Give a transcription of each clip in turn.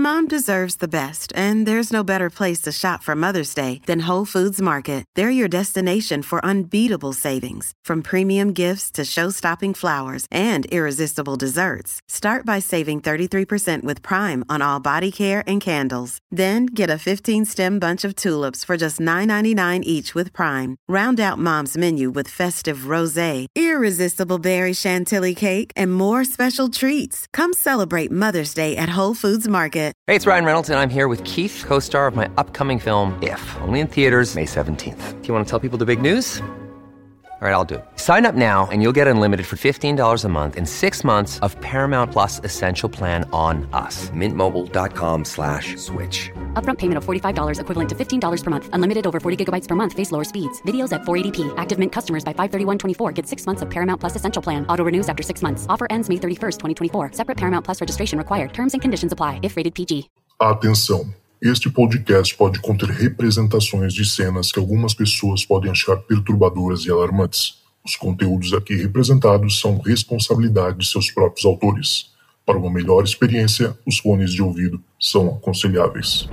Mom deserves the best, and there's no better place to shop for Mother's Day than Whole Foods Market. They're your destination for unbeatable savings, from premium gifts to show-stopping flowers and irresistible desserts. Start by saving 33% with Prime on all body care and candles. Then get a 15-stem bunch of tulips for just $9.99 each with Prime. Round out Mom's menu with festive rosé, irresistible berry chantilly cake, and more special treats. Come celebrate Mother's Day at Whole Foods Market. Hey, it's Ryan Reynolds, and I'm here with Keith, co-star of my upcoming film, If, only in theaters May 17th. Do you want to tell people the big news? All right, I'll do it. Sign up now and you'll get unlimited for $15 a month and 6 months of Paramount Plus Essential Plan on us. MintMobile.com/switch. Upfront payment of $45 equivalent to $15 per month. Unlimited over 40 gigabytes per month. Face lower speeds. Videos at 480p. Active Mint customers by 531.24 get 6 months of Paramount Plus Essential Plan. Auto renews after 6 months. Offer ends May 31st, 2024. Separate Paramount Plus registration required. Terms and conditions apply if rated PG. Atenção! Este podcast pode conter representações de cenas que algumas pessoas podem achar perturbadoras e alarmantes. Os conteúdos aqui representados são responsabilidade de seus próprios autores. Para uma melhor experiência, os fones de ouvido são aconselháveis.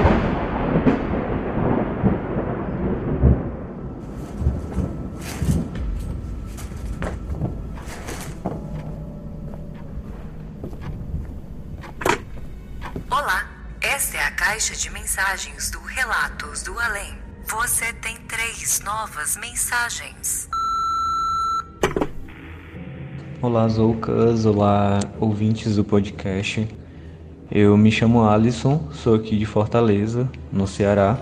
Olá, esta é a caixa de mensagens do Relatos do Além. Você tem 3 novas mensagens. Olá, Zoucas, olá, ouvintes do podcast. Eu me chamo Alisson, sou aqui de Fortaleza, no Ceará,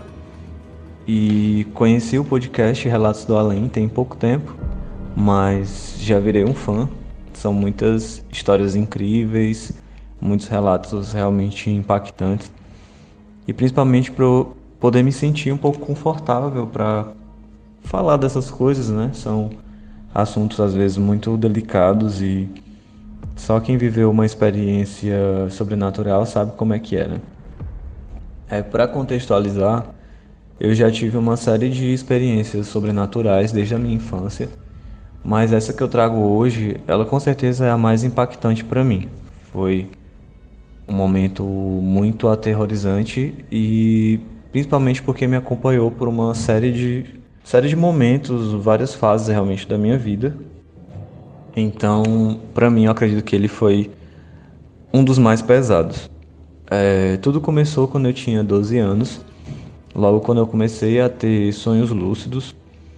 e conheci o podcast Relatos do Além tem pouco tempo, mas já virei um fã. São muitas histórias incríveis, muitos relatos realmente impactantes, e principalmente para eu poder me sentir um pouco confortável para falar dessas coisas, né? São assuntos às vezes muito delicados e só quem viveu uma experiência sobrenatural sabe como é que é, né? Para contextualizar, eu já tive uma série de experiências sobrenaturais desde a minha infância, mas essa que eu trago hoje, ela com certeza é a mais impactante para mim. Foi um momento muito aterrorizante e principalmente porque me acompanhou por uma série de momentos, várias fases realmente da minha vida. Então, para mim, eu acredito que ele foi um dos mais pesados. Tudo começou quando eu tinha 12 anos, logo quando eu comecei a ter sonhos lúcidos.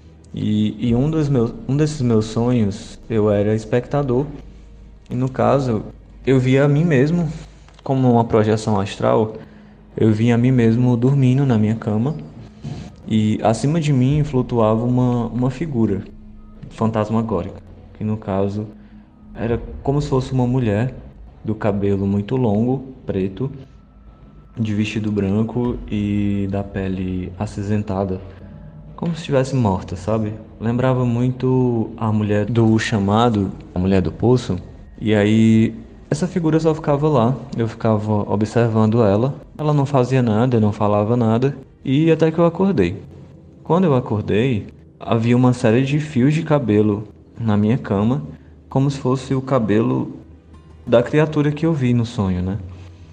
E um desses meus sonhos, eu era espectador. E no caso, eu via a mim mesmo, como uma projeção astral, eu via a mim mesmo dormindo na minha cama. E acima de mim flutuava uma figura fantasmagórica, que no caso era como se fosse uma mulher do cabelo muito longo, preto, de vestido branco e da pele acinzentada, como se estivesse morta, sabe? Lembrava muito a mulher do chamado, a mulher do poço. E aí essa figura só ficava lá, eu ficava observando ela não fazia nada, não falava nada. E até que eu acordei. Quando eu acordei, havia uma série de fios de cabelo na minha cama, como se fosse o cabelo da criatura que eu vi no sonho, né?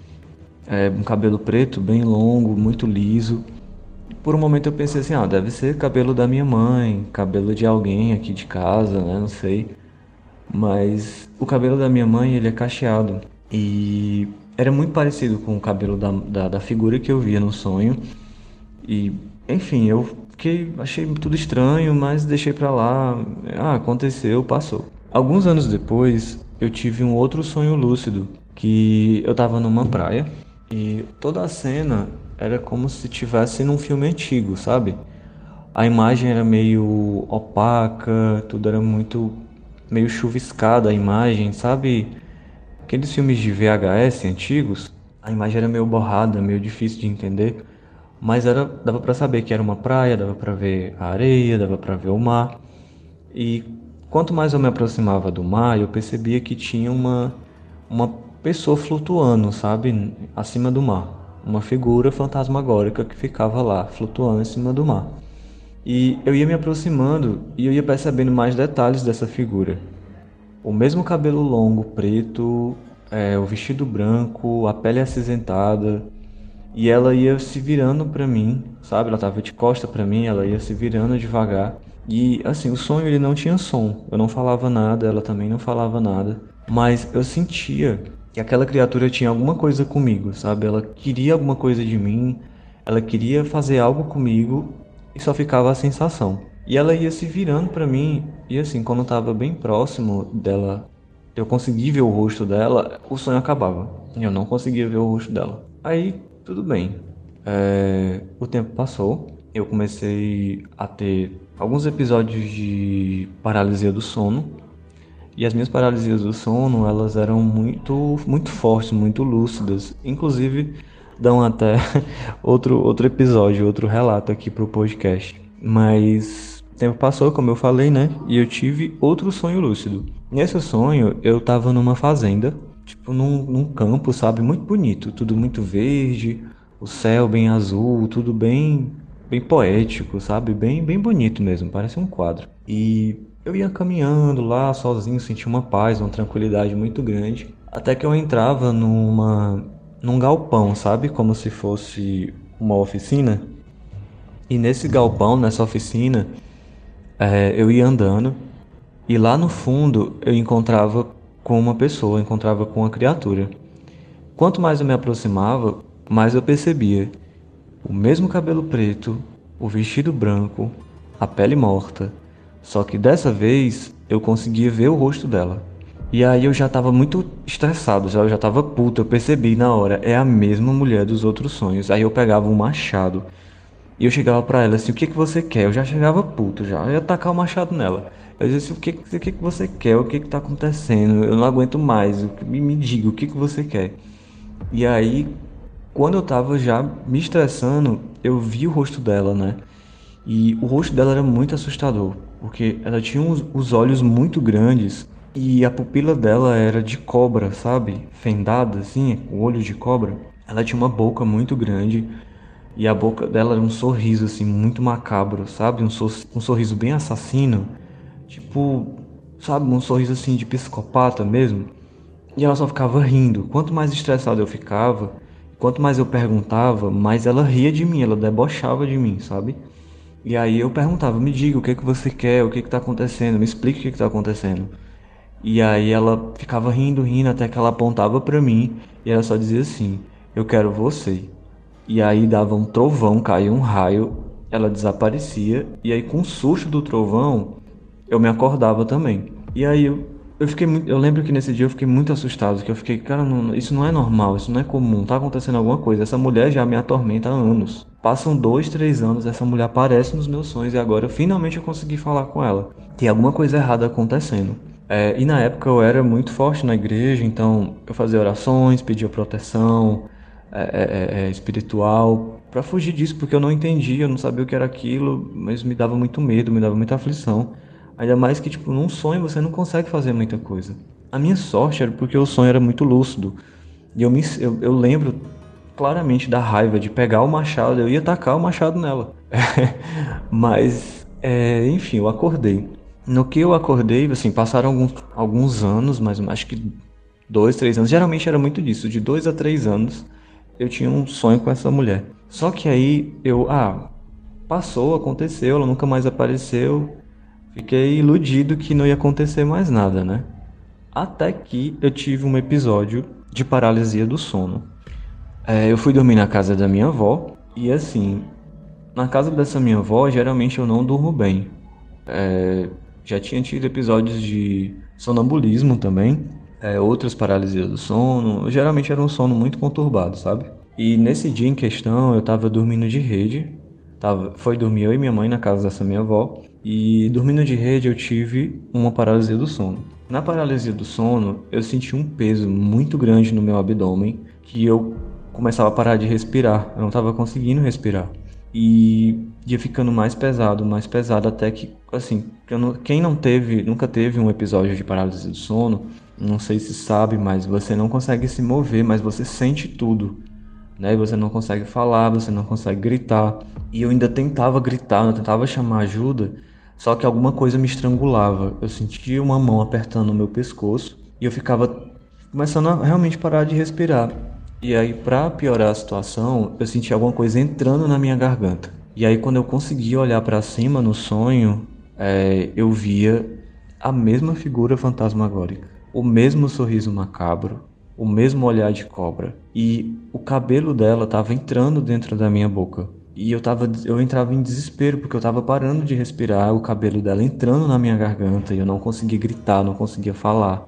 Um cabelo preto, bem longo, muito liso. Por um momento eu pensei assim, deve ser cabelo da minha mãe, cabelo de alguém aqui de casa, né? Não sei. Mas o cabelo da minha mãe, ele é cacheado. E era muito parecido com o cabelo da figura que eu via no sonho. E, enfim, achei tudo estranho, mas deixei pra lá. Aconteceu, passou. Alguns anos depois, eu tive um outro sonho lúcido, que eu tava numa praia e toda a cena era como se estivesse num filme antigo, sabe? A imagem era meio opaca, tudo era meio chuviscada a imagem, sabe? Aqueles filmes de VHS antigos, a imagem era meio borrada, meio difícil de entender. Mas dava pra saber que era uma praia, dava pra ver a areia, dava pra ver o mar. E quanto mais eu me aproximava do mar, eu percebia que tinha uma pessoa flutuando, sabe? Acima do mar. Uma figura fantasmagórica que ficava lá, flutuando em cima do mar. E eu ia me aproximando e eu ia percebendo mais detalhes dessa figura. O mesmo cabelo longo, preto, o vestido branco, a pele acinzentada, e ela ia se virando pra mim, sabe? Ela tava de costa pra mim, ela ia se virando devagar. E assim, o sonho ele não tinha som. Eu não falava nada, ela também não falava nada, mas eu sentia que aquela criatura tinha alguma coisa comigo, sabe? Ela queria alguma coisa de mim, ela queria fazer algo comigo e só ficava a sensação. E ela ia se virando pra mim, e assim, quando eu tava bem próximo dela, eu consegui ver o rosto dela, o sonho acabava. Eu não conseguia ver o rosto dela. Aí, tudo bem. O tempo passou, eu comecei a ter alguns episódios de paralisia do sono. E as minhas paralisias do sono, elas eram muito fortes, muito lúcidas. Inclusive, dão até outro episódio, outro relato aqui pro podcast. Mas o tempo passou, como eu falei, né? E eu tive outro sonho lúcido. Nesse sonho, eu tava numa fazenda, tipo num campo, sabe? Muito bonito, tudo muito verde, o céu bem azul, tudo bem poético, sabe? Bem bonito mesmo, parece um quadro. E eu ia caminhando lá sozinho, sentia uma paz, uma tranquilidade muito grande. Até que eu entrava num galpão, sabe? Como se fosse uma oficina. E nesse galpão, nessa oficina, eu ia andando. E lá no fundo eu encontrava com uma pessoa, encontrava com uma criatura. Quanto mais eu me aproximava, mais eu percebia o mesmo cabelo preto, o vestido branco, a pele morta. Só que dessa vez eu conseguia ver o rosto dela. E aí eu já tava muito estressado, eu já tava puto, eu percebi na hora, é a mesma mulher dos outros sonhos. Aí eu pegava um machado e eu chegava pra ela assim, o que que você quer? Eu já chegava puto, eu ia tacar o machado nela. Eu dizia assim, o que que você quer? O que que tá acontecendo? Eu não aguento mais, me diga, o que que você quer? E aí, quando eu tava já me estressando, eu vi o rosto dela, né? E o rosto dela era muito assustador, porque ela tinha os olhos muito grandes e a pupila dela era de cobra, sabe? Fendada assim, o olho de cobra. Ela tinha uma boca muito grande e a boca dela era um sorriso assim muito macabro, sabe? Um sorriso bem assassino, tipo, sabe? Um sorriso assim de psicopata mesmo. E ela só ficava rindo. Quanto mais estressado eu ficava, quanto mais eu perguntava, mais ela ria de mim, ela debochava de mim, sabe? E aí eu perguntava, me diga o que que você quer, o que que tá acontecendo, me explique o que que tá acontecendo. E aí ela ficava rindo, até que ela apontava pra mim e ela só dizia assim, eu quero você. E aí dava um trovão, caía um raio, ela desaparecia, e aí com o susto do trovão, eu me acordava também. E aí eu lembro que nesse dia eu fiquei muito assustado, que eu fiquei, cara, isso não é normal, isso não é comum, tá acontecendo alguma coisa. Essa mulher já me atormenta há anos. Passam 2, 3 anos, essa mulher aparece nos meus sonhos e agora finalmente eu consegui falar com ela. Tem alguma coisa errada acontecendo. E na época eu era muito forte na igreja, então eu fazia orações, pedia proteção espiritual pra fugir disso, porque eu não entendia, eu não sabia o que era aquilo, mas me dava muito medo, me dava muita aflição. Ainda mais que, tipo, num sonho você não consegue fazer muita coisa. A minha sorte era porque o sonho era muito lúcido. E eu lembro claramente da raiva de pegar o machado, eu ia tacar o machado nela. Mas, enfim, eu acordei. No que eu acordei, assim, passaram alguns anos, mas acho que 2, 3 anos. Geralmente era muito disso, de 2 a 3 anos eu tinha um sonho com essa mulher. Só que aí passou, aconteceu, ela nunca mais apareceu. Fiquei iludido que não ia acontecer mais nada, né? Até que eu tive um episódio de paralisia do sono. Eu fui dormir na casa da minha avó e assim, na casa dessa minha avó, geralmente eu não durmo bem. Já tinha tido episódios de sonambulismo também, outras paralisias do sono. Geralmente era um sono muito conturbado, sabe? E nesse dia em questão eu tava dormindo de rede. Foi dormir eu e minha mãe na casa dessa minha avó. E dormindo de rede eu tive uma paralisia do sono. Na paralisia do sono eu senti um peso muito grande no meu abdômen que eu começava a parar de respirar. Eu não estava conseguindo respirar. E ia ficando mais pesado até que, assim, quem nunca teve um episódio de paralisia do sono, não sei se sabe, mas você não consegue se mover, mas você sente tudo. Né? Você não consegue falar, você não consegue gritar. E eu ainda tentava gritar, eu tentava chamar ajuda, só que alguma coisa me estrangulava. Eu sentia uma mão apertando o meu pescoço e eu ficava começando a realmente parar de respirar. E aí, pra piorar a situação, eu senti alguma coisa entrando na minha garganta. E aí, quando eu consegui olhar pra cima no sonho, eu via a mesma figura fantasmagórica, o mesmo sorriso macabro, o mesmo olhar de cobra. E o cabelo dela estava entrando dentro da minha boca. E eu entrava em desespero, porque eu estava parando de respirar, o cabelo dela entrando na minha garganta, e eu não conseguia gritar, não conseguia falar.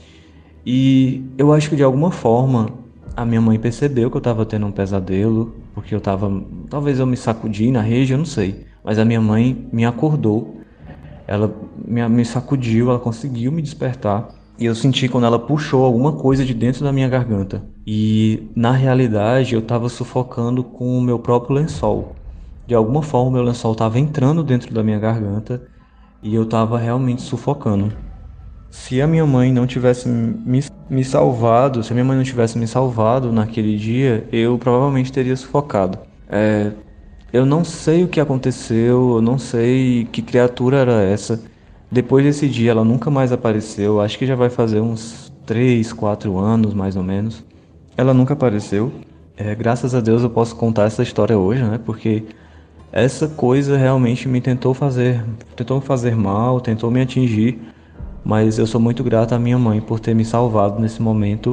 E eu acho que de alguma forma a minha mãe percebeu que eu estava tendo um pesadelo, porque talvez eu me sacudi na rede, eu não sei. Mas a minha mãe me acordou, ela me sacudiu, ela conseguiu me despertar. E eu senti quando ela puxou alguma coisa de dentro da minha garganta. E na realidade eu estava sufocando com o meu próprio lençol. De alguma forma o meu lençol estava entrando dentro da minha garganta e eu estava realmente sufocando. Se a minha mãe não tivesse me salvado, se a minha mãe não tivesse me salvado naquele dia, eu provavelmente teria sufocado. Eu não sei o que aconteceu, eu não sei que criatura era essa. Depois desse dia ela nunca mais apareceu, acho que já vai fazer uns 3, 4 anos mais ou menos. Ela nunca apareceu. Graças a Deus eu posso contar essa história hoje, né? Porque essa coisa realmente tentou me fazer mal, tentou me atingir. Mas eu sou muito grato à minha mãe por ter me salvado nesse momento.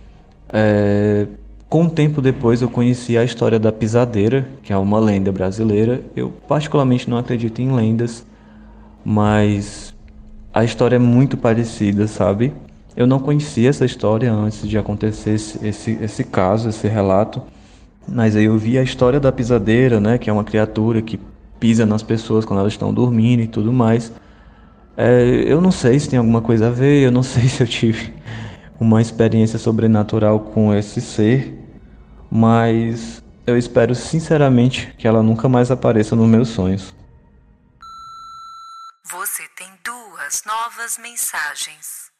Com um tempo depois eu conheci a história da pisadeira, que é uma lenda brasileira. Eu particularmente não acredito em lendas, mas a história é muito parecida, sabe? Eu não conhecia essa história antes de acontecer esse caso, esse relato. Mas aí eu vi a história da pisadeira, né? Que é uma criatura que pisa nas pessoas quando elas estão dormindo e tudo mais. Eu não sei se tem alguma coisa a ver, eu não sei se eu tive uma experiência sobrenatural com esse ser, mas eu espero sinceramente que ela nunca mais apareça nos meus sonhos. Você tem 2 novas mensagens.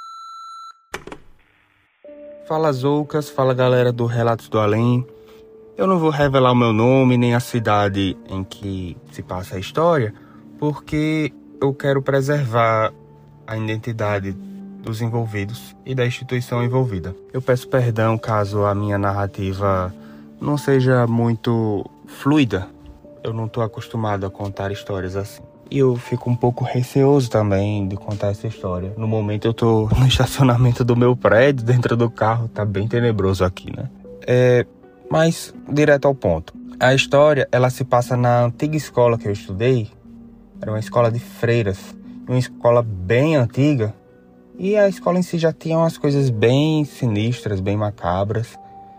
Fala Zoucas, fala galera do Relatos do Além. Eu não vou revelar o meu nome nem a cidade em que se passa a história, porque eu quero preservar a identidade dos envolvidos e da instituição envolvida. Eu peço perdão caso a minha narrativa não seja muito fluida. Eu não estou acostumado a contar histórias assim. E eu fico um pouco receoso também de contar essa história. No momento eu estou no estacionamento do meu prédio, dentro do carro, tá bem tenebroso aqui, né? Mas, direto ao ponto. A história, ela se passa na antiga escola que eu estudei. Era uma escola de freiras, uma escola bem antiga. E a escola em si já tinha umas coisas bem sinistras, bem macabras.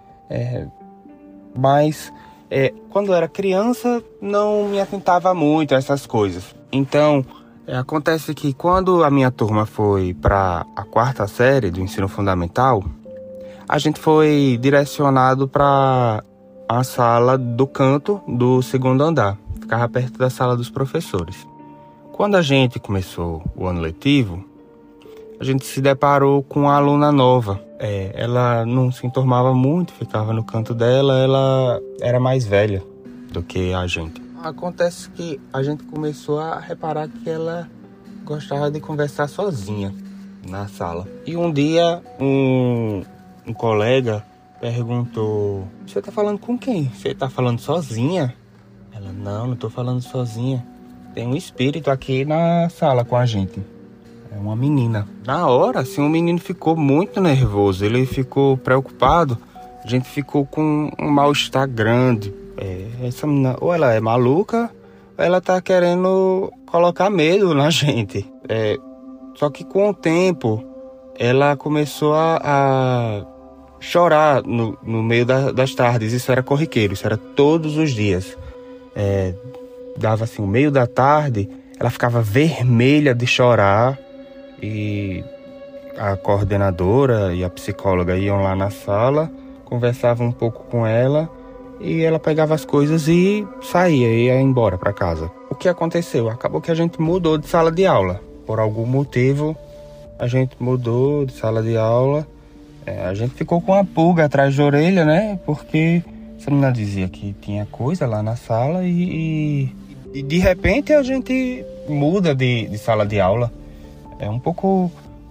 Mas quando eu era criança, não me atentava muito a essas coisas. Então, acontece que quando a minha turma foi para a 4ª série do ensino fundamental, a gente foi direcionado para a sala do canto do 2º andar. Ficava perto da sala dos professores. Quando a gente começou o ano letivo, a gente se deparou com uma aluna nova. Ela não se enturmava muito, ficava no canto dela, ela era mais velha do que a gente. Acontece que a gente começou a reparar que ela gostava de conversar sozinha na sala. E um dia, um colega perguntou: "Você tá falando com quem? Você tá falando sozinha?" Ela: não tô falando sozinha. Tem um espírito aqui na sala com a gente. É uma menina. Na hora, assim, o menino ficou muito nervoso. Ele ficou preocupado. A gente ficou com um mal-estar grande. Essa menina, ou ela é maluca, ou ela tá querendo colocar medo na gente. Só que com o tempo, ela começou a chorar no meio das tardes. Isso era corriqueiro, isso era todos os dias. Dava assim, o meio da tarde, ela ficava vermelha de chorar. E a coordenadora e a psicóloga iam lá na sala, conversavam um pouco com ela e ela pegava as coisas e saía, ia embora para casa. O que aconteceu? Acabou que a gente mudou de sala de aula. Por algum motivo, a gente mudou de sala de aula. A gente ficou com uma pulga atrás da orelha, né? Porque essa menina dizia que tinha coisa lá na sala e de repente a gente muda de sala de aula. É um pouco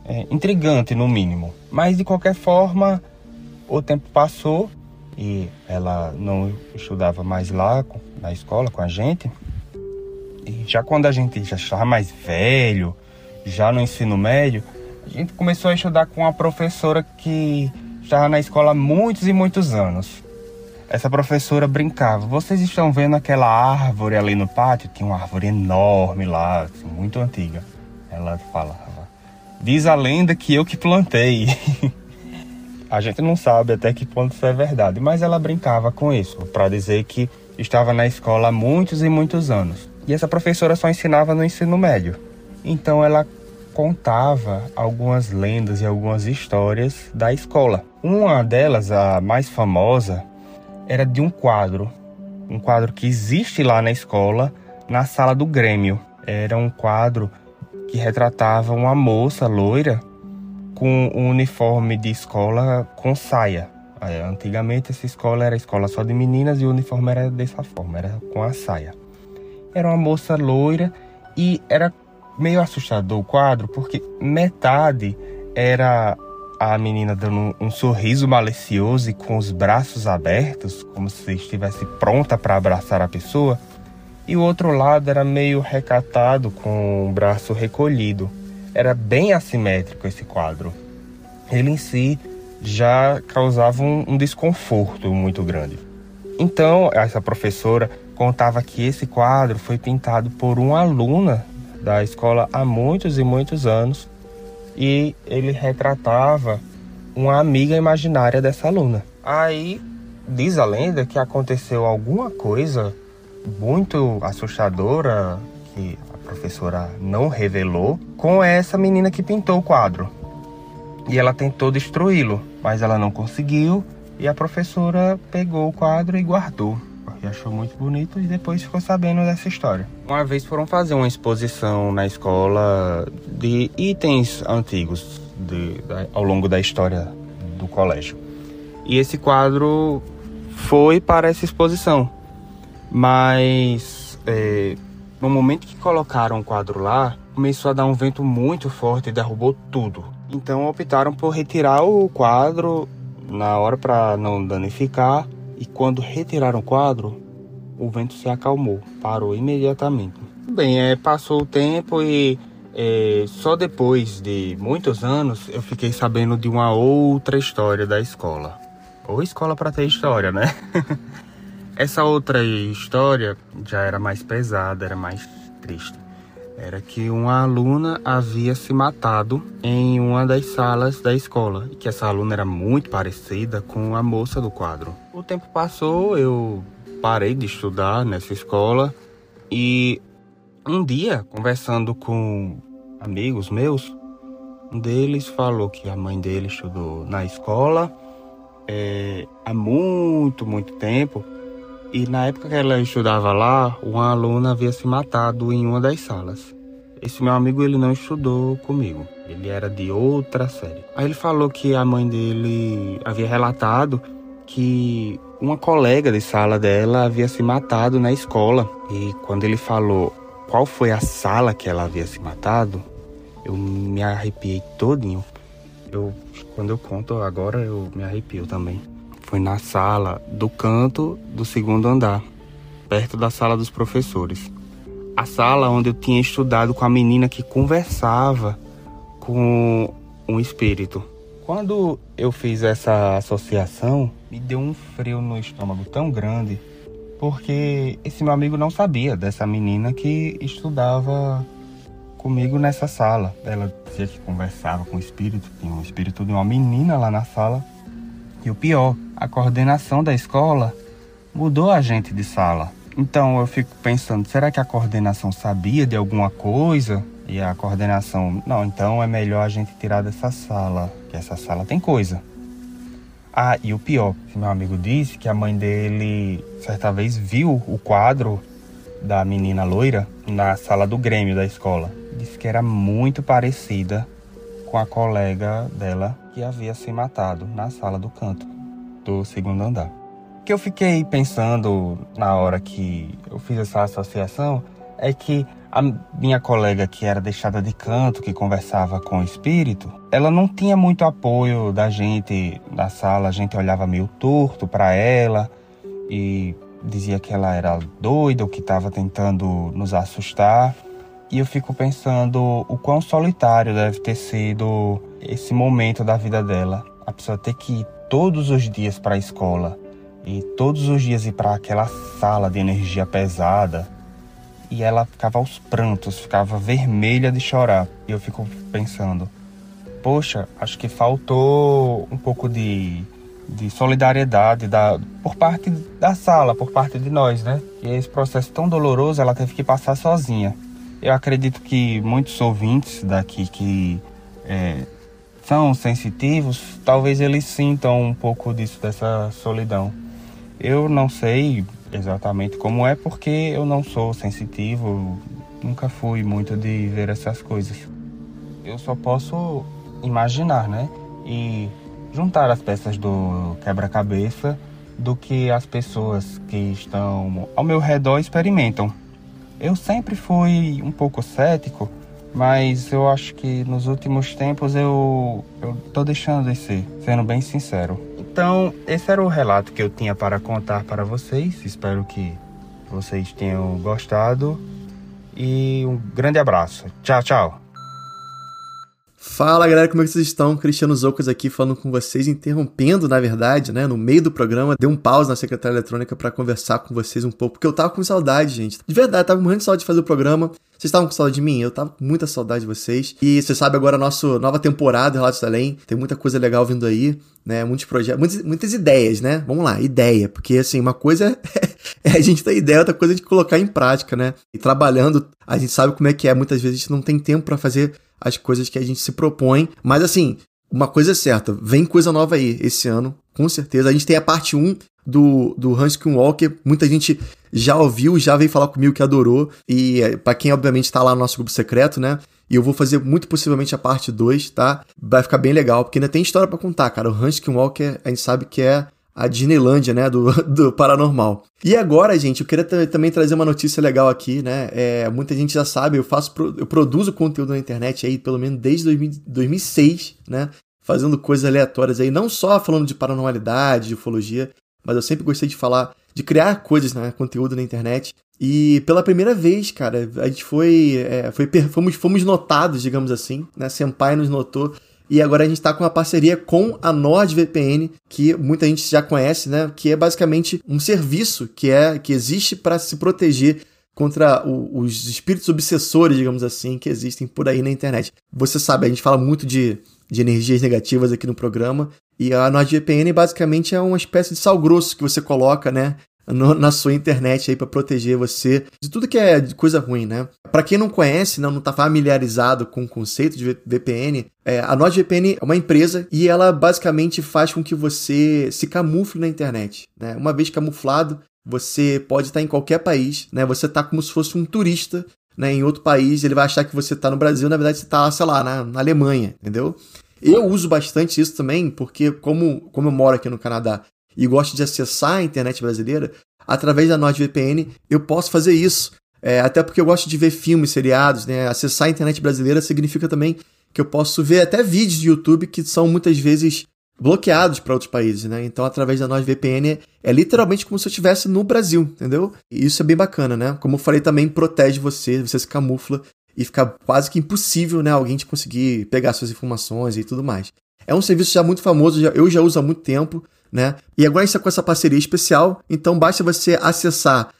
intrigante no mínimo. Mas de qualquer forma, o tempo passou e ela não estudava mais lá na escola com a gente. E já quando a gente já estava mais velho, já no ensino médio, a gente começou a estudar com uma professora que estava na escola há muitos e muitos anos. Essa professora brincava: vocês estão vendo aquela árvore ali no pátio? Tinha uma árvore enorme lá, assim, muito antiga. Ela falava: diz a lenda que eu que plantei. A gente não sabe até que ponto isso é verdade, mas ela brincava com isso, para dizer que estava na escola há muitos e muitos anos. E essa professora só ensinava no ensino médio. Então ela contava algumas lendas e algumas histórias da escola. Uma delas, a mais famosa, era de um quadro que existe lá na escola, na sala do Grêmio. Era um quadro que retratava uma moça loira com um uniforme de escola com saia. Antigamente essa escola era escola só de meninas e o uniforme era dessa forma, era com a saia. Era uma moça loira e era meio assustador o quadro, porque metade era a menina dando um sorriso malicioso e com os braços abertos, como se estivesse pronta para abraçar a pessoa, e o outro lado era meio recatado, com o braço recolhido. Era bem assimétrico esse quadro. Ele em si já causava um desconforto muito grande. Então, essa professora contava que esse quadro foi pintado por uma aluna da escola há muitos e muitos anos, e ele retratava uma amiga imaginária dessa aluna. Aí diz a lenda que aconteceu alguma coisa muito assustadora, que a professora não revelou, com essa menina que pintou o quadro. E ela tentou destruí-lo, mas ela não conseguiu, e a professora pegou o quadro e guardou, porque achou muito bonito, e depois ficou sabendo dessa história. Uma vez foram fazer uma exposição na escola de itens antigos ao longo da história do colégio. E esse quadro foi para essa exposição. Mas no momento que colocaram o quadro lá, começou a dar um vento muito forte e derrubou tudo. Então optaram por retirar o quadro na hora para não danificar. E quando retiraram o quadro, o vento se acalmou, parou imediatamente. Bem, passou o tempo e só depois de muitos anos eu fiquei sabendo de uma outra história da escola. Ou escola para ter história, né? Essa outra história já era mais pesada, era mais triste. Era que uma aluna havia se matado em uma das salas da escola. E que essa aluna era muito parecida com a moça do quadro. O tempo passou, eu parei de estudar nessa escola. E um dia, conversando com amigos meus, um deles falou que a mãe dele estudou na escola há muito, muito tempo. E na época que ela estudava lá, uma aluna havia se matado em uma das salas. Esse meu amigo, ele não estudou comigo. Ele era de outra série. Aí ele falou que a mãe dele havia relatado que uma colega de sala dela havia se matado na escola. E quando ele falou qual foi a sala que ela havia se matado, eu me arrepiei todinho. Quando eu conto agora, eu me arrepio também. Foi na sala do canto do segundo andar, perto da sala dos professores. A sala onde eu tinha estudado com a menina que conversava com um espírito. Quando eu fiz essa associação, me deu um frio no estômago tão grande, porque esse meu amigo não sabia dessa menina que estudava comigo nessa sala. Ela dizia que conversava com o espírito, tinha um espírito de uma menina lá na sala. E o pior, a coordenação da escola mudou a gente de sala. Então eu fico pensando, será que a coordenação sabia de alguma coisa? E a coordenação, não, então é melhor a gente tirar dessa sala, que essa sala tem coisa. Ah, e o pior, meu amigo disse que a mãe dele, certa vez, viu o quadro da menina loira na sala do Grêmio da escola. Disse que era muito parecida com a colega dela que havia se matado na sala do canto do segundo andar. O que eu fiquei pensando na hora que eu fiz essa associação é que A minha colega, que era deixada de canto, que conversava com o espírito, ela não tinha muito apoio da gente na sala. A gente olhava meio torto para ela e dizia que ela era doida ou que estava tentando nos assustar. E eu fico pensando o quão solitário deve ter sido esse momento da vida dela. A pessoa ter que ir todos os dias para a escola e todos os dias ir para aquela sala de energia pesada. E ela ficava aos prantos, ficava vermelha de chorar. E eu fico pensando, poxa, acho que faltou um pouco de solidariedade por parte da sala, por parte de nós, né? E esse processo tão doloroso ela teve que passar sozinha. Eu acredito que muitos ouvintes daqui que são sensitivos, talvez eles sintam um pouco disso, dessa solidão. Eu não sei exatamente como é, porque eu não sou sensitivo, nunca fui muito de ver essas coisas. Eu só posso imaginar, né? E juntar as peças do quebra-cabeça do que as pessoas que estão ao meu redor experimentam. Eu sempre fui um pouco cético, mas eu acho que nos últimos tempos eu tô deixando de ser, sendo bem sincero. Então, esse era o relato que eu tinha para contar para vocês. Espero que vocês tenham gostado. E um grande abraço. Tchau, tchau. Fala, galera, como é que vocês estão? Cristiano Zoucas aqui falando com vocês, interrompendo, na verdade, né, no meio do programa, dei um pause na secretária eletrônica para conversar com vocês um pouco, porque eu tava com saudade, gente. De verdade, tava morrendo de saudade de fazer o programa. Vocês estavam com saudade de mim? Eu tava com muita saudade de vocês. E você sabe agora a nossa nova temporada do Relatos do Além, tem muita coisa legal vindo aí, né, muitos projetos, muitas ideias, né? Vamos lá, ideia, porque assim, uma coisa é a gente ter ideia, outra coisa é a gente colocar em prática, né? E trabalhando, a gente sabe como é que é, muitas vezes a gente não tem tempo para fazer as coisas que a gente se propõe, mas assim, uma coisa é certa, vem coisa nova aí esse ano, com certeza. A gente tem a parte 1 do Hans Walker, muita gente já ouviu, já veio falar comigo que adorou, e pra quem obviamente tá lá no nosso grupo secreto, né, e eu vou fazer muito possivelmente a parte 2, tá? Vai ficar bem legal, porque ainda tem história pra contar, cara. O Hans Walker, a gente sabe que é a Disneylândia, né, do paranormal. E agora, gente, eu queria também trazer uma notícia legal aqui, né, muita gente já sabe, eu produzo conteúdo na internet aí, pelo menos desde 2006, né, fazendo coisas aleatórias aí, não só falando de paranormalidade, de ufologia, mas eu sempre gostei de falar, de criar coisas, né, conteúdo na internet. E pela primeira vez, cara, a gente fomos notados, digamos assim, né, Senpai nos notou. E agora a gente está com uma parceria com a NordVPN, que muita gente já conhece, né? Que é basicamente um serviço que existe para se proteger contra os espíritos obsessores, digamos assim, que existem por aí na internet. Você sabe, a gente fala muito de energias negativas aqui no programa, e a NordVPN basicamente é uma espécie de sal grosso que você coloca, né, na sua internet aí para proteger você de tudo que é de coisa ruim, né? Para quem não conhece, não tá familiarizado com o conceito de VPN, a NordVPN é uma empresa e ela basicamente faz com que você se camufle na internet, né? Uma vez camuflado, você pode estar em qualquer país, né? Você tá como se fosse um turista, né, em outro país, ele vai achar que você tá no Brasil, na verdade você tá, sei lá, na Alemanha, entendeu? Eu uso bastante isso também, porque como eu moro aqui no Canadá e gosto de acessar a internet brasileira, através da NordVPN eu posso fazer isso. Até porque eu gosto de ver filmes, seriados, né? Acessar a internet brasileira significa também que eu posso ver até vídeos de YouTube que são muitas vezes bloqueados para outros países, né? Então, através da NordVPN é literalmente como se eu estivesse no Brasil, entendeu? E isso é bem bacana, né? Como eu falei, também protege você se camufla e fica quase que impossível, né, alguém te conseguir pegar suas informações e tudo mais. É um serviço já muito famoso, eu já uso há muito tempo, né? E agora a gente está com essa parceria especial, então basta você acessar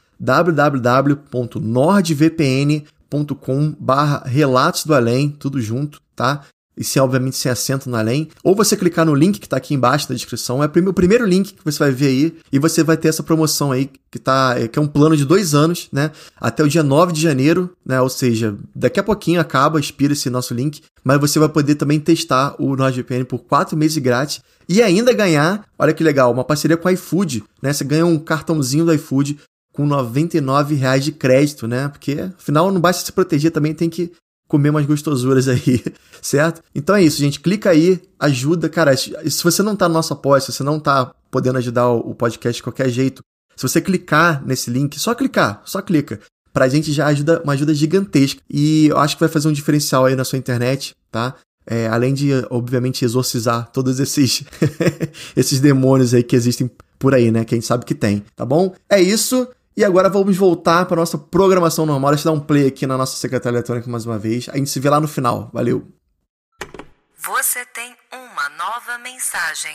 www.nordvpn.com/relatos do além, tudo junto, tá? E obviamente sem acento no além, ou você clicar no link que está aqui embaixo na descrição, é o primeiro link que você vai ver aí, e você vai ter essa promoção aí, que é um plano de 2 anos, né, até o dia 9 de janeiro, né, ou seja, daqui a pouquinho expira esse nosso link, mas você vai poder também testar o NordVPN por 4 meses grátis, e ainda ganhar, olha que legal, uma parceria com o iFood, né, você ganha um cartãozinho do iFood com R$99 de crédito, né, porque afinal não basta se proteger, também tem que comer umas gostosuras aí, certo? Então é isso, gente. Clica aí, ajuda. Cara, se você não tá no nosso apoio, se você não tá podendo ajudar o podcast de qualquer jeito, se você clicar nesse link, só clica, pra gente já ajuda, uma ajuda gigantesca. E eu acho que vai fazer um diferencial aí na sua internet, tá? Além de, obviamente, exorcizar todos esses esses demônios aí que existem por aí, né? Que a gente sabe que tem, tá bom? É isso. E agora vamos voltar para nossa programação normal. Deixa eu dar um play aqui na nossa secretária eletrônica mais uma vez. A gente se vê lá no final. Valeu! Você tem uma nova mensagem.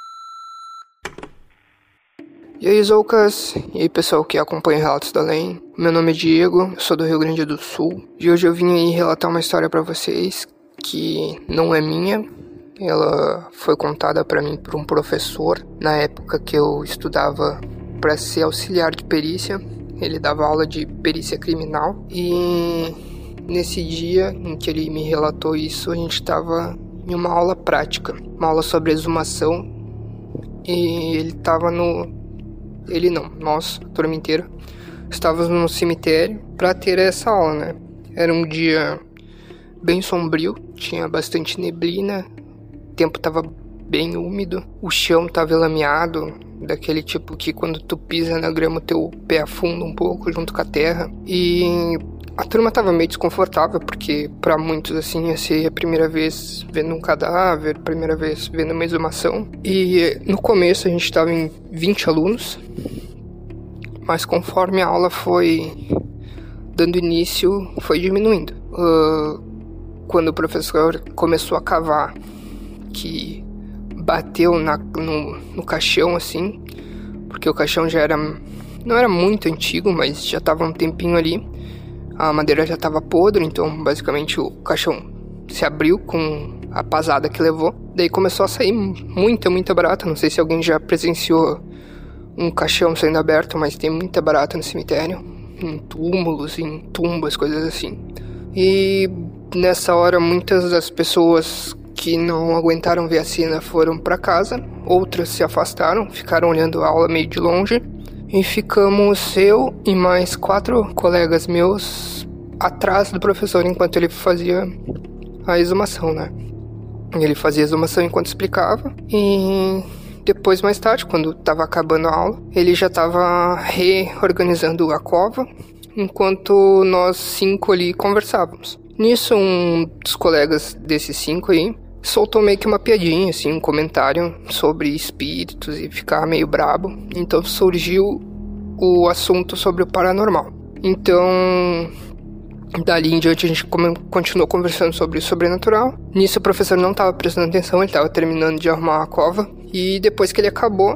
E aí, Zoucas? E aí, pessoal que acompanha Relatos da Além? Meu nome é Diego, eu sou do Rio Grande do Sul. E hoje eu vim aí relatar uma história pra vocês que não é minha. Ela foi contada pra mim por um professor na época que eu estudava para ser auxiliar de perícia. Ele dava aula de perícia criminal. E nesse dia em que ele me relatou isso, a gente estava em uma aula prática, uma aula sobre exumação. E ele estava nós, a turma inteira, estávamos no cemitério para ter essa aula, né? Era um dia bem sombrio, tinha bastante neblina, o tempo estava bem úmido, o chão estava lameado, daquele tipo que quando tu pisa na grama o teu pé afunda um pouco junto com a terra. E a turma estava meio desconfortável, porque para muitos assim ia ser a primeira vez vendo um cadáver, primeira vez vendo uma exumação. E no começo a gente estava em 20 alunos, mas conforme a aula foi dando início, foi diminuindo. Quando o professor começou a cavar, que bateu no caixão assim, porque o caixão não era muito antigo, mas já estava um tempinho ali. A madeira já estava podre, então basicamente o caixão se abriu com a pasada que levou. Daí começou a sair muita barata. Não sei se alguém já presenciou um caixão sendo aberto, mas tem muita barata no cemitério, em túmulos, em tumbas, coisas assim. E nessa hora muitas das pessoas que não aguentaram ver a cena foram para casa, outras se afastaram, ficaram olhando a aula meio de longe, e ficamos eu e mais 4 colegas meus atrás do professor enquanto ele fazia a exumação, né? Ele fazia a exumação enquanto explicava, e depois, mais tarde, quando estava acabando a aula, ele já estava reorganizando a cova, enquanto nós 5 ali conversávamos. Nisso, um dos colegas desses 5 aí soltou meio que uma piadinha, assim, um comentário sobre espíritos e ficar meio brabo. Então surgiu o assunto sobre o paranormal. Então, dali em diante a gente continuou conversando sobre o sobrenatural. Nisso o professor não estava prestando atenção, ele estava terminando de arrumar a cova. E depois que ele acabou,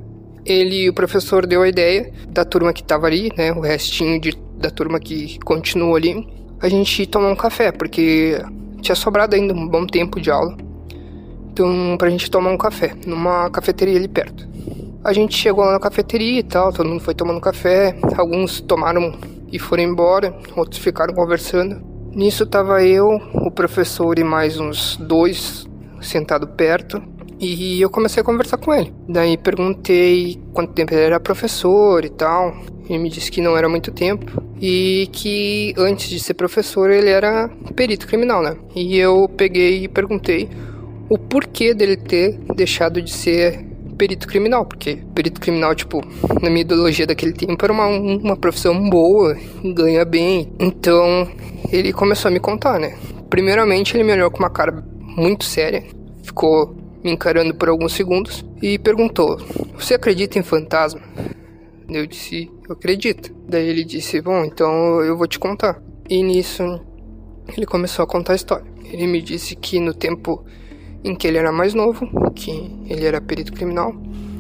o professor deu a ideia da turma que estava ali, né, o restinho da turma que continuou ali, a gente ia tomar um café, porque tinha sobrado ainda um bom tempo de aula. Então, pra gente tomar um café, numa cafeteria ali perto. A gente chegou lá na cafeteria e tal, todo mundo foi tomando café. Alguns tomaram e foram embora, outros ficaram conversando. Nisso tava eu, o professor e mais uns 2 sentados perto. E eu comecei a conversar com ele. Daí perguntei quanto tempo ele era professor e tal. Ele me disse que não era muito tempo. E que antes de ser professor ele era perito criminal, né? E eu peguei e perguntei o porquê dele ter deixado de ser perito criminal. Porque perito criminal, tipo, na minha ideologia daquele tempo era uma profissão boa, ganha bem. Então ele começou a me contar, né? Primeiramente ele me olhou com uma cara muito séria. Ficou me encarando por alguns segundos e perguntou: "Você acredita em fantasma?" Eu disse: "Eu acredito." Daí ele disse: "Bom, então eu vou te contar." E nisso ele começou a contar a história. Ele me disse que no tempo em que ele era mais novo, que ele era perito criminal,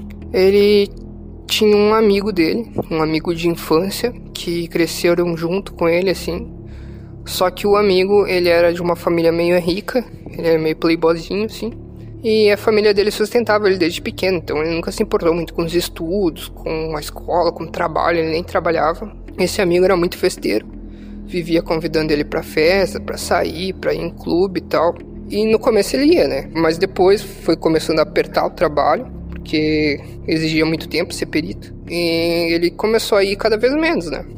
ele tinha um amigo dele, um amigo de infância, que cresceram junto com ele, assim. Só que o amigo, ele era de uma família meio rica, ele era meio playboyzinho, assim. E a família dele sustentava ele desde pequeno, então ele nunca se importou muito com os estudos, com a escola, com o trabalho, ele nem trabalhava. Esse amigo era muito festeiro, vivia convidando ele pra festa, pra sair, pra ir em clube e tal. E no começo ele ia, né? Mas depois foi começando a apertar o trabalho, porque exigia muito tempo ser perito. E ele começou a ir cada vez menos, né?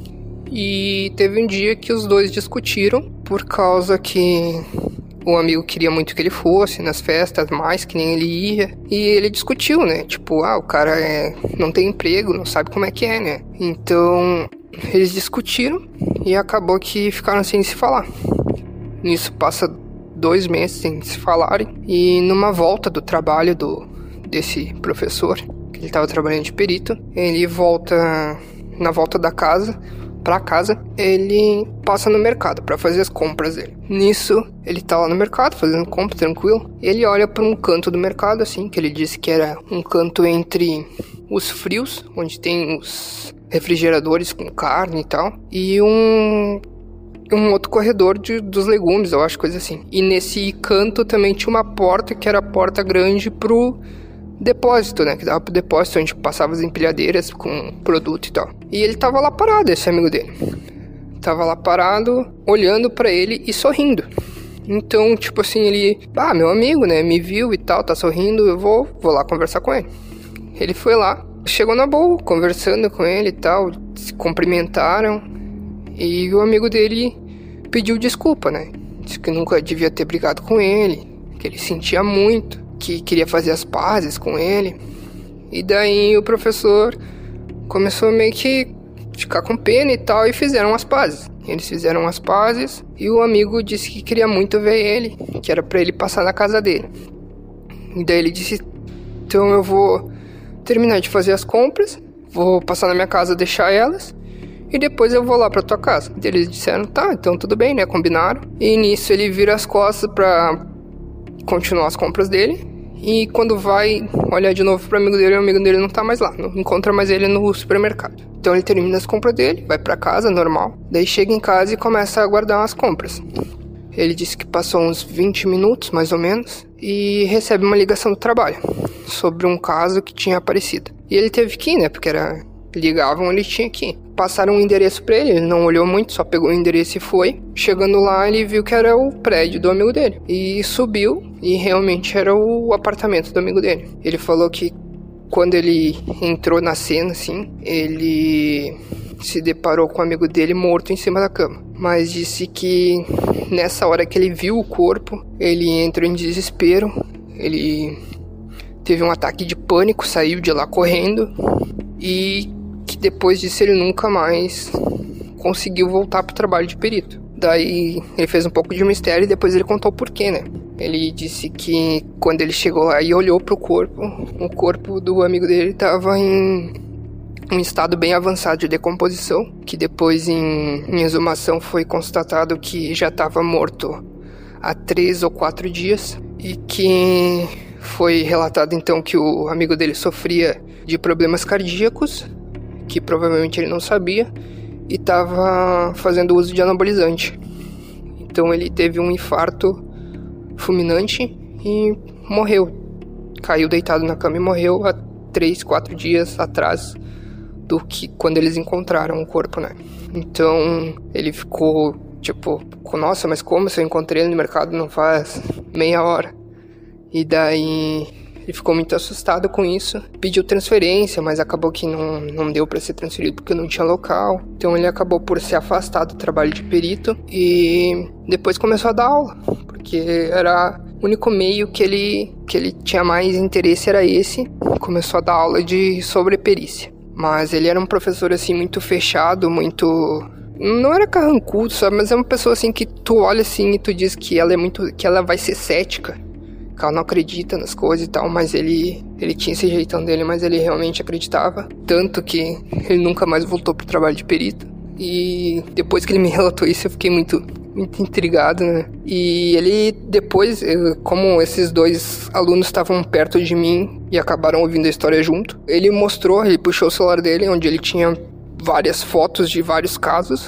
E teve um dia que os dois discutiram, por causa que o amigo queria muito que ele fosse nas festas, mais que nem ele ia. E ele discutiu, né? Tipo, o cara não tem emprego, não sabe como é que é, né? Então Eles discutiram e acabou que ficaram sem se falar. Nisso passa 2 meses sem se falarem. E numa volta do trabalho desse professor, que ele estava trabalhando de perito, ele volta, na volta da casa, pra casa, ele passa no mercado pra fazer as compras dele. Nisso, ele tá lá no mercado fazendo compra, tranquilo. Ele olha pra um canto do mercado, assim, que ele disse que era um canto entre os frios, onde tem os refrigeradores com carne e tal, e um outro corredor dos legumes, eu acho, coisa assim. E nesse canto também tinha uma porta, que era a porta grande pro depósito, né, que dava pro depósito onde passava as empilhadeiras com produto e tal. E ele tava lá parado, esse amigo dele. Tava lá parado, olhando pra ele e sorrindo. Então, tipo assim, ele... meu amigo, né, me viu e tal, tá sorrindo, eu vou lá conversar com ele. Ele foi lá, chegou na boa, conversando com ele e tal, se cumprimentaram. E o amigo dele pediu desculpa, né. Disse que nunca devia ter brigado com ele, que ele sentia muito, que queria fazer as pazes com ele. E daí o professor começou meio que ficar com pena e tal, e fizeram as pazes. Eles fizeram as pazes e o amigo disse que queria muito ver ele, que era pra ele passar na casa dele. E daí ele disse, então eu vou terminar de fazer as compras, vou passar na minha casa, deixar elas, e depois eu vou lá pra tua casa. E eles disseram, tá, então tudo bem, né, combinaram. E nisso ele vira as costas pra continuar as compras dele. E quando vai olhar de novo pro amigo dele, o amigo dele não tá mais lá, não encontra mais ele no supermercado. Então ele termina as compras dele, vai pra casa, normal. Daí chega em casa e começa a guardar as compras. Ele disse que passou uns 20 minutos, mais ou menos, e recebe uma ligação do trabalho sobre um caso que tinha aparecido. E ele teve que ir, né, porque ligavam, ele tinha que ir. Passaram um endereço pra ele não olhou muito, só pegou o endereço e foi. Chegando lá, ele viu que era o prédio do amigo dele. E subiu, e realmente era o apartamento do amigo dele. Ele falou que quando ele entrou na cena, assim, ele se deparou com o amigo dele morto em cima da cama. Mas disse que nessa hora que ele viu o corpo, ele entrou em desespero. Ele teve um ataque de pânico, saiu de lá correndo. E que depois disso ele nunca mais conseguiu voltar pro trabalho de perito. Daí ele fez um pouco de mistério e depois ele contou o porquê, né? Ele disse que quando ele chegou lá e olhou pro corpo, o corpo do amigo dele estava em um estado bem avançado de decomposição, que depois em exumação foi constatado que já estava morto há 3 ou 4 dias e que foi relatado então que o amigo dele sofria de problemas cardíacos, que provavelmente ele não sabia, e estava fazendo uso de anabolizante. Então ele teve um infarto fulminante e morreu. Caiu deitado na cama e morreu há 3, 4 dias atrás do que quando eles encontraram o corpo, né? Então ele ficou tipo, nossa, mas como se eu encontrei ele no mercado não faz meia hora? E daí ele ficou muito assustado com isso, pediu transferência, mas acabou que não deu para ser transferido porque não tinha local. Então ele acabou por se afastar do trabalho de perito e depois começou a dar aula, porque era o único meio que ele tinha mais interesse era esse. Começou a dar aula sobre perícia. Mas ele era um professor assim muito fechado, muito... Não era carrancudo, sabe? Mas é uma pessoa assim que tu olha assim e tu diz que ela vai ser cética, que ela não acredita nas coisas e tal, mas ele tinha esse jeitão dele, mas ele realmente acreditava, tanto que ele nunca mais voltou pro trabalho de perito. E depois que ele me relatou isso, eu fiquei muito intrigado, né? E ele depois, como esses 2 alunos estavam perto de mim e acabaram ouvindo a história junto, ele puxou o celular dele, onde ele tinha várias fotos de vários casos,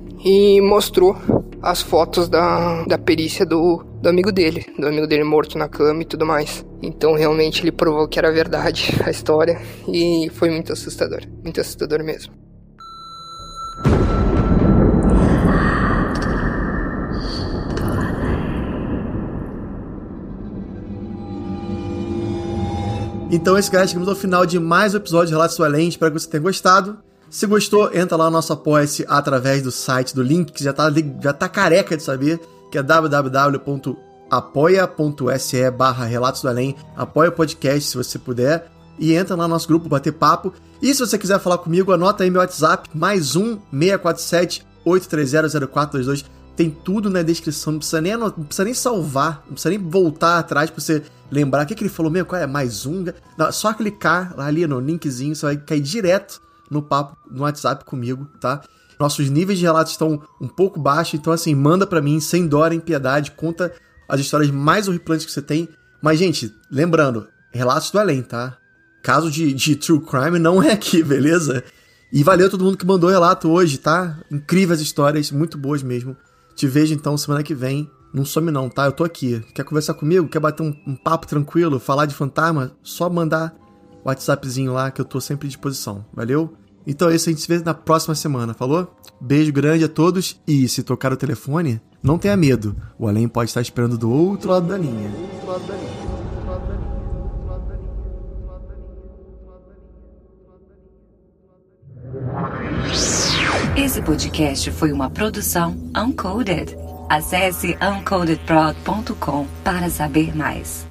e mostrou as fotos da perícia do amigo dele morto na cama e tudo mais. Então realmente ele provou que era verdade a história, e foi muito assustador mesmo. Então é isso, galera, chegamos ao final de mais um episódio de Relatos do Além, espero que você tenha gostado. Se gostou, entra lá no nosso Apoia-se através do site, do link, que já tá careca de saber, que é www.apoia.se/Relatos do Além. Apoia o podcast se você puder. e entra lá no nosso grupo, bater papo. E se você quiser falar comigo, anota aí meu WhatsApp, +1 647 830 0422. Tem tudo na descrição, não precisa nem salvar, não precisa nem voltar atrás pra você lembrar o que ele falou mesmo, qual é, +1. Não, só clicar ali no linkzinho, você vai cair direto no papo, no WhatsApp comigo, tá? Nossos níveis de relatos estão um pouco baixos, então assim, manda pra mim, sem dó nem piedade, conta as histórias mais horripilantes que você tem. Mas, gente, lembrando, relatos do além, tá? Caso de true crime não é aqui, beleza? E valeu todo mundo que mandou relato hoje, tá? Incríveis histórias, muito boas mesmo. Te vejo então semana que vem. Não some não, tá? Eu tô aqui. Quer conversar comigo? Quer bater um papo tranquilo? Falar de fantasma? Só mandar o WhatsAppzinho lá que eu tô sempre à disposição. Valeu? Então é isso, a gente se vê na próxima semana, falou? Beijo grande a todos e se tocar o telefone, não tenha medo. O além pode estar esperando do outro lado da linha. Esse podcast foi uma produção Uncoded. Acesse uncodedprod.com para saber mais.